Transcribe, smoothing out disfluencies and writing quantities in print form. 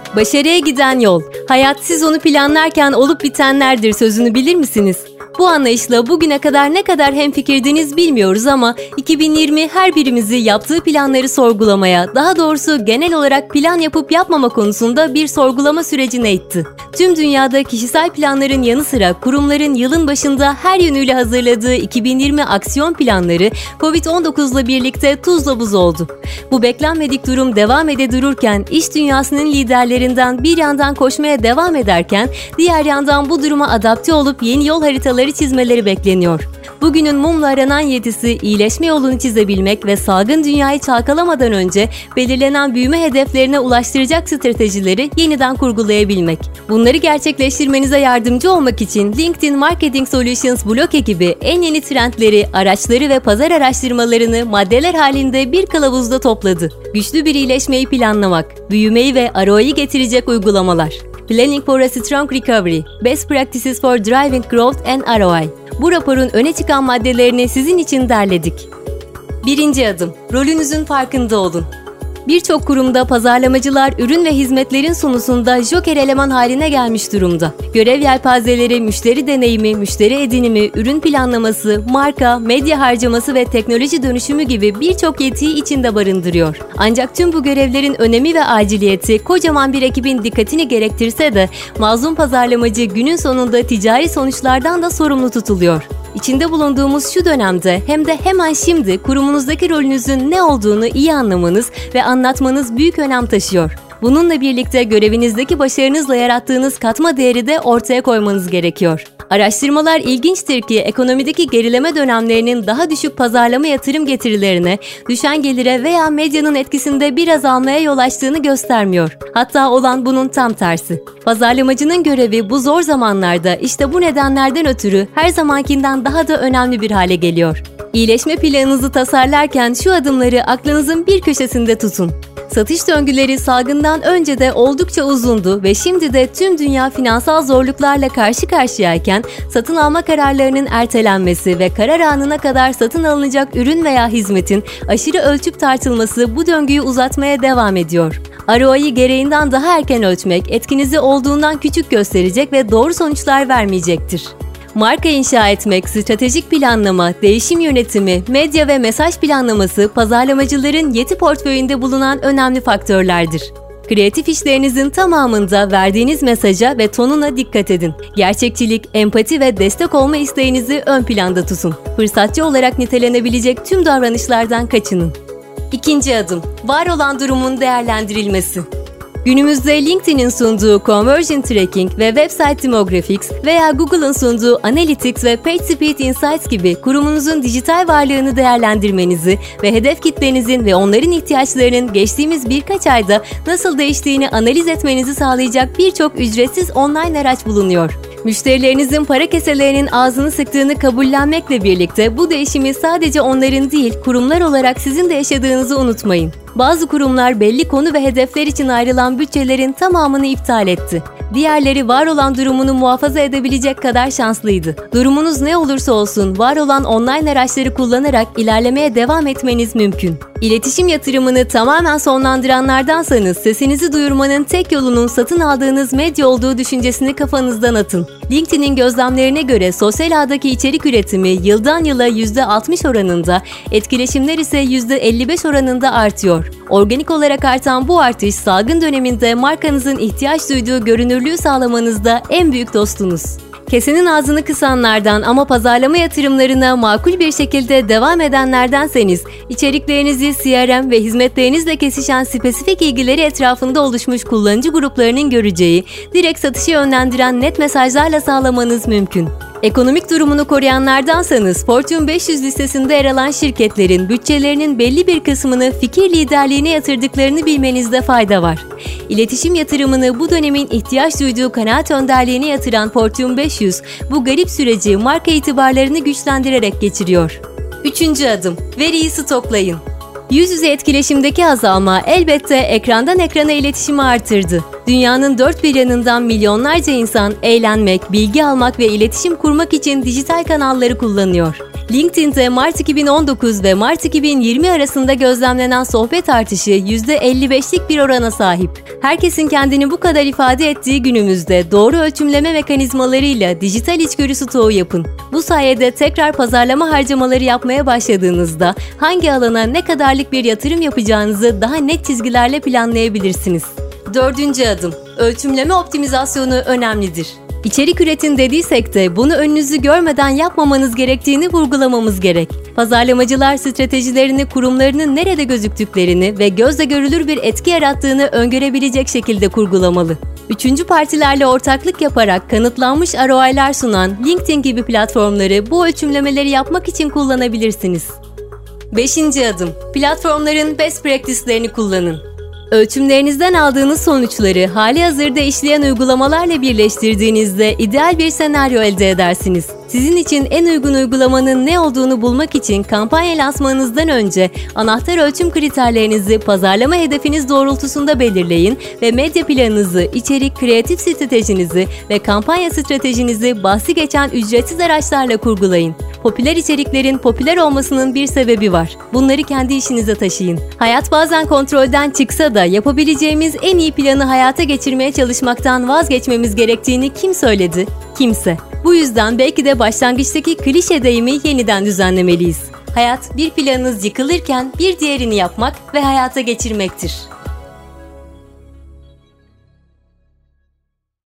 Başarıya giden yol, hayat siz onu planlarken olup bitenlerdir sözünü bilir misiniz? Bu anlayışla bugüne kadar ne kadar hemfikirdiniz bilmiyoruz ama 2020 her birimizi yaptığı planları sorgulamaya, daha doğrusu genel olarak plan yapıp yapmama konusunda bir sorgulama sürecine itti. Tüm dünyada kişisel planların yanı sıra kurumların yılın başında her yönüyle hazırladığı 2020 aksiyon planları Covid-19'la birlikte tuzla buz oldu. Bu beklenmedik durum devam dururken iş dünyasının liderlerinden bir yandan koşmaya devam ederken diğer yandan bu duruma adapte olup yeni yol haritaları çizmeleri bekleniyor. Bugünün mumla aranan yetisi iyileşme yolunu çizebilmek ve salgın dünyayı çalkalamadan önce belirlenen büyüme hedeflerine ulaştıracak stratejileri yeniden kurgulayabilmek. Bunları gerçekleştirmenize yardımcı olmak için LinkedIn Marketing Solutions blog ekibi en yeni trendleri, araçları ve pazar araştırmalarını maddeler halinde bir kılavuzda topladı. Güçlü bir iyileşmeyi planlamak, büyümeyi ve ROI'yi getirecek uygulamalar. Planning for a Strong Recovery, Best Practices for Driving Growth and ROI. Bu raporun öne çıkan maddelerini sizin için derledik. 1. adım, rolünüzün farkında olun. Birçok kurumda pazarlamacılar ürün ve hizmetlerin sunusunda joker eleman haline gelmiş durumda. Görev yelpazeleri, müşteri deneyimi, müşteri edinimi, ürün planlaması, marka, medya harcaması ve teknoloji dönüşümü gibi birçok yetiyi içinde barındırıyor. Ancak tüm bu görevlerin önemi ve aciliyeti kocaman bir ekibin dikkatini gerektirse de mazlum pazarlamacı günün sonunda ticari sonuçlardan da sorumlu tutuluyor. İçinde bulunduğumuz şu dönemde hem de hemen şimdi kurumunuzdaki rolünüzün ne olduğunu iyi anlamanız ve anlatmanız büyük önem taşıyor. Bununla birlikte görevinizdeki başarınızla yarattığınız katma değeri de ortaya koymanız gerekiyor. Araştırmalar ilginçtir ki ekonomideki gerileme dönemlerinin daha düşük pazarlama yatırım getirilerine, düşen gelire veya medyanın etkisinde biraz almaya yol açtığını göstermiyor. Hatta olan bunun tam tersi. Pazarlamacının görevi bu zor zamanlarda işte bu nedenlerden ötürü her zamankinden daha da önemli bir hale geliyor. İyileşme planınızı tasarlarken şu adımları aklınızın bir köşesinde tutun. Satış döngüleri salgından önce de oldukça uzundu ve şimdi de tüm dünya finansal zorluklarla karşı karşıyayken satın alma kararlarının ertelenmesi ve karar anına kadar satın alınacak ürün veya hizmetin aşırı ölçüp tartılması bu döngüyü uzatmaya devam ediyor. ROI'yi gereğinden daha erken ölçmek etkinizi olduğundan küçük gösterecek ve doğru sonuçlar vermeyecektir. Marka inşa etmek, stratejik planlama, değişim yönetimi, medya ve mesaj planlaması pazarlamacıların yeti portföyünde bulunan önemli faktörlerdir. Kreatif işlerinizin tamamında verdiğiniz mesaja ve tonuna dikkat edin. Gerçekçilik, empati ve destek olma isteğinizi ön planda tutun. Fırsatçı olarak nitelenebilecek tüm davranışlardan kaçının. 2. adım, var olan durumun değerlendirilmesi. Günümüzde LinkedIn'in sunduğu Conversion Tracking ve Website Demographics veya Google'ın sunduğu Analytics ve PageSpeed Insights gibi kurumunuzun dijital varlığını değerlendirmenizi ve hedef kitlenizin ve onların ihtiyaçlarının geçtiğimiz birkaç ayda nasıl değiştiğini analiz etmenizi sağlayacak birçok ücretsiz online araç bulunuyor. Müşterilerinizin para keselerinin ağzını sıktığını kabullenmekle birlikte bu değişimi sadece onların değil, kurumlar olarak sizin de yaşadığınızı unutmayın. Bazı kurumlar belli konu ve hedefler için ayrılan bütçelerin tamamını iptal etti. Diğerleri var olan durumunu muhafaza edebilecek kadar şanslıydı. Durumunuz ne olursa olsun var olan online araçları kullanarak ilerlemeye devam etmeniz mümkün. İletişim yatırımını tamamen sonlandıranlardansanız sesinizi duyurmanın tek yolunun satın aldığınız medya olduğu düşüncesini kafanızdan atın. LinkedIn'in gözlemlerine göre sosyal ağdaki içerik üretimi yıldan yıla %60 oranında, etkileşimler ise %55 oranında artıyor. Organik olarak artan bu artış salgın döneminde markanızın ihtiyaç duyduğu görünürlüğü sağlamanızda en büyük dostunuz. Kesenin ağzını kısanlardan ama pazarlama yatırımlarına makul bir şekilde devam edenlerdenseniz, içeriklerinizi CRM ve hizmetlerinizle kesişen spesifik ilgileri etrafında oluşmuş kullanıcı gruplarının göreceği, direkt satışı yönlendiren net mesajlarla sağlamanız mümkün. Ekonomik durumunu koruyanlardansanız Fortune 500 listesinde yer alan şirketlerin bütçelerinin belli bir kısmını fikir liderliğine yatırdıklarını bilmenizde fayda var. İletişim yatırımını bu dönemin ihtiyaç duyduğu kanaat önderliğine yatıran Fortune 500 bu garip süreci marka itibarlarını güçlendirerek geçiriyor. 3. adım, veriyi stoklayın. Yüz yüze etkileşimdeki azalma elbette ekrandan ekrana iletişimi artırdı. Dünyanın dört bir yanından milyonlarca insan eğlenmek, bilgi almak ve iletişim kurmak için dijital kanalları kullanıyor. LinkedIn'de Mart 2019 ve Mart 2020 arasında gözlemlenen sohbet artışı %55'lik bir orana sahip. Herkesin kendini bu kadar ifade ettiği günümüzde doğru ölçümleme mekanizmalarıyla dijital içgörü stoğu yapın. Bu sayede tekrar pazarlama harcamaları yapmaya başladığınızda hangi alana ne kadarlık bir yatırım yapacağınızı daha net çizgilerle planlayabilirsiniz. 4. adım. Ölçümleme optimizasyonu önemlidir. İçerik üretin dediysek de bunu önünüzü görmeden yapmamanız gerektiğini vurgulamamız gerek. Pazarlamacılar stratejilerini, kurumlarının nerede gözüktüklerini ve gözle görülür bir etki yarattığını öngörebilecek şekilde kurgulamalı. Üçüncü partilerle ortaklık yaparak kanıtlanmış ROI'lar sunan LinkedIn gibi platformları bu ölçümlemeleri yapmak için kullanabilirsiniz. 5. adım. Platformların best practice'lerini kullanın. Ölçümlerinizden aldığınız sonuçları halihazırda işleyen uygulamalarla birleştirdiğinizde ideal bir senaryo elde edersiniz. Sizin için en uygun uygulamanın ne olduğunu bulmak için kampanya lansmanınızdan önce anahtar ölçüm kriterlerinizi pazarlama hedefiniz doğrultusunda belirleyin ve medya planınızı, içerik, kreatif stratejinizi ve kampanya stratejinizi bahsi geçen ücretsiz araçlarla kurgulayın. Popüler içeriklerin popüler olmasının bir sebebi var. Bunları kendi işinize taşıyın. Hayat bazen kontrolden çıksa da yapabileceğimiz en iyi planı hayata geçirmeye çalışmaktan vazgeçmemiz gerektiğini kim söyledi? Kimse. Bu yüzden belki de başlangıçtaki klişe deyimi yeniden düzenlemeliyiz. Hayat bir planınız yıkılırken bir diğerini yapmak ve hayata geçirmektir.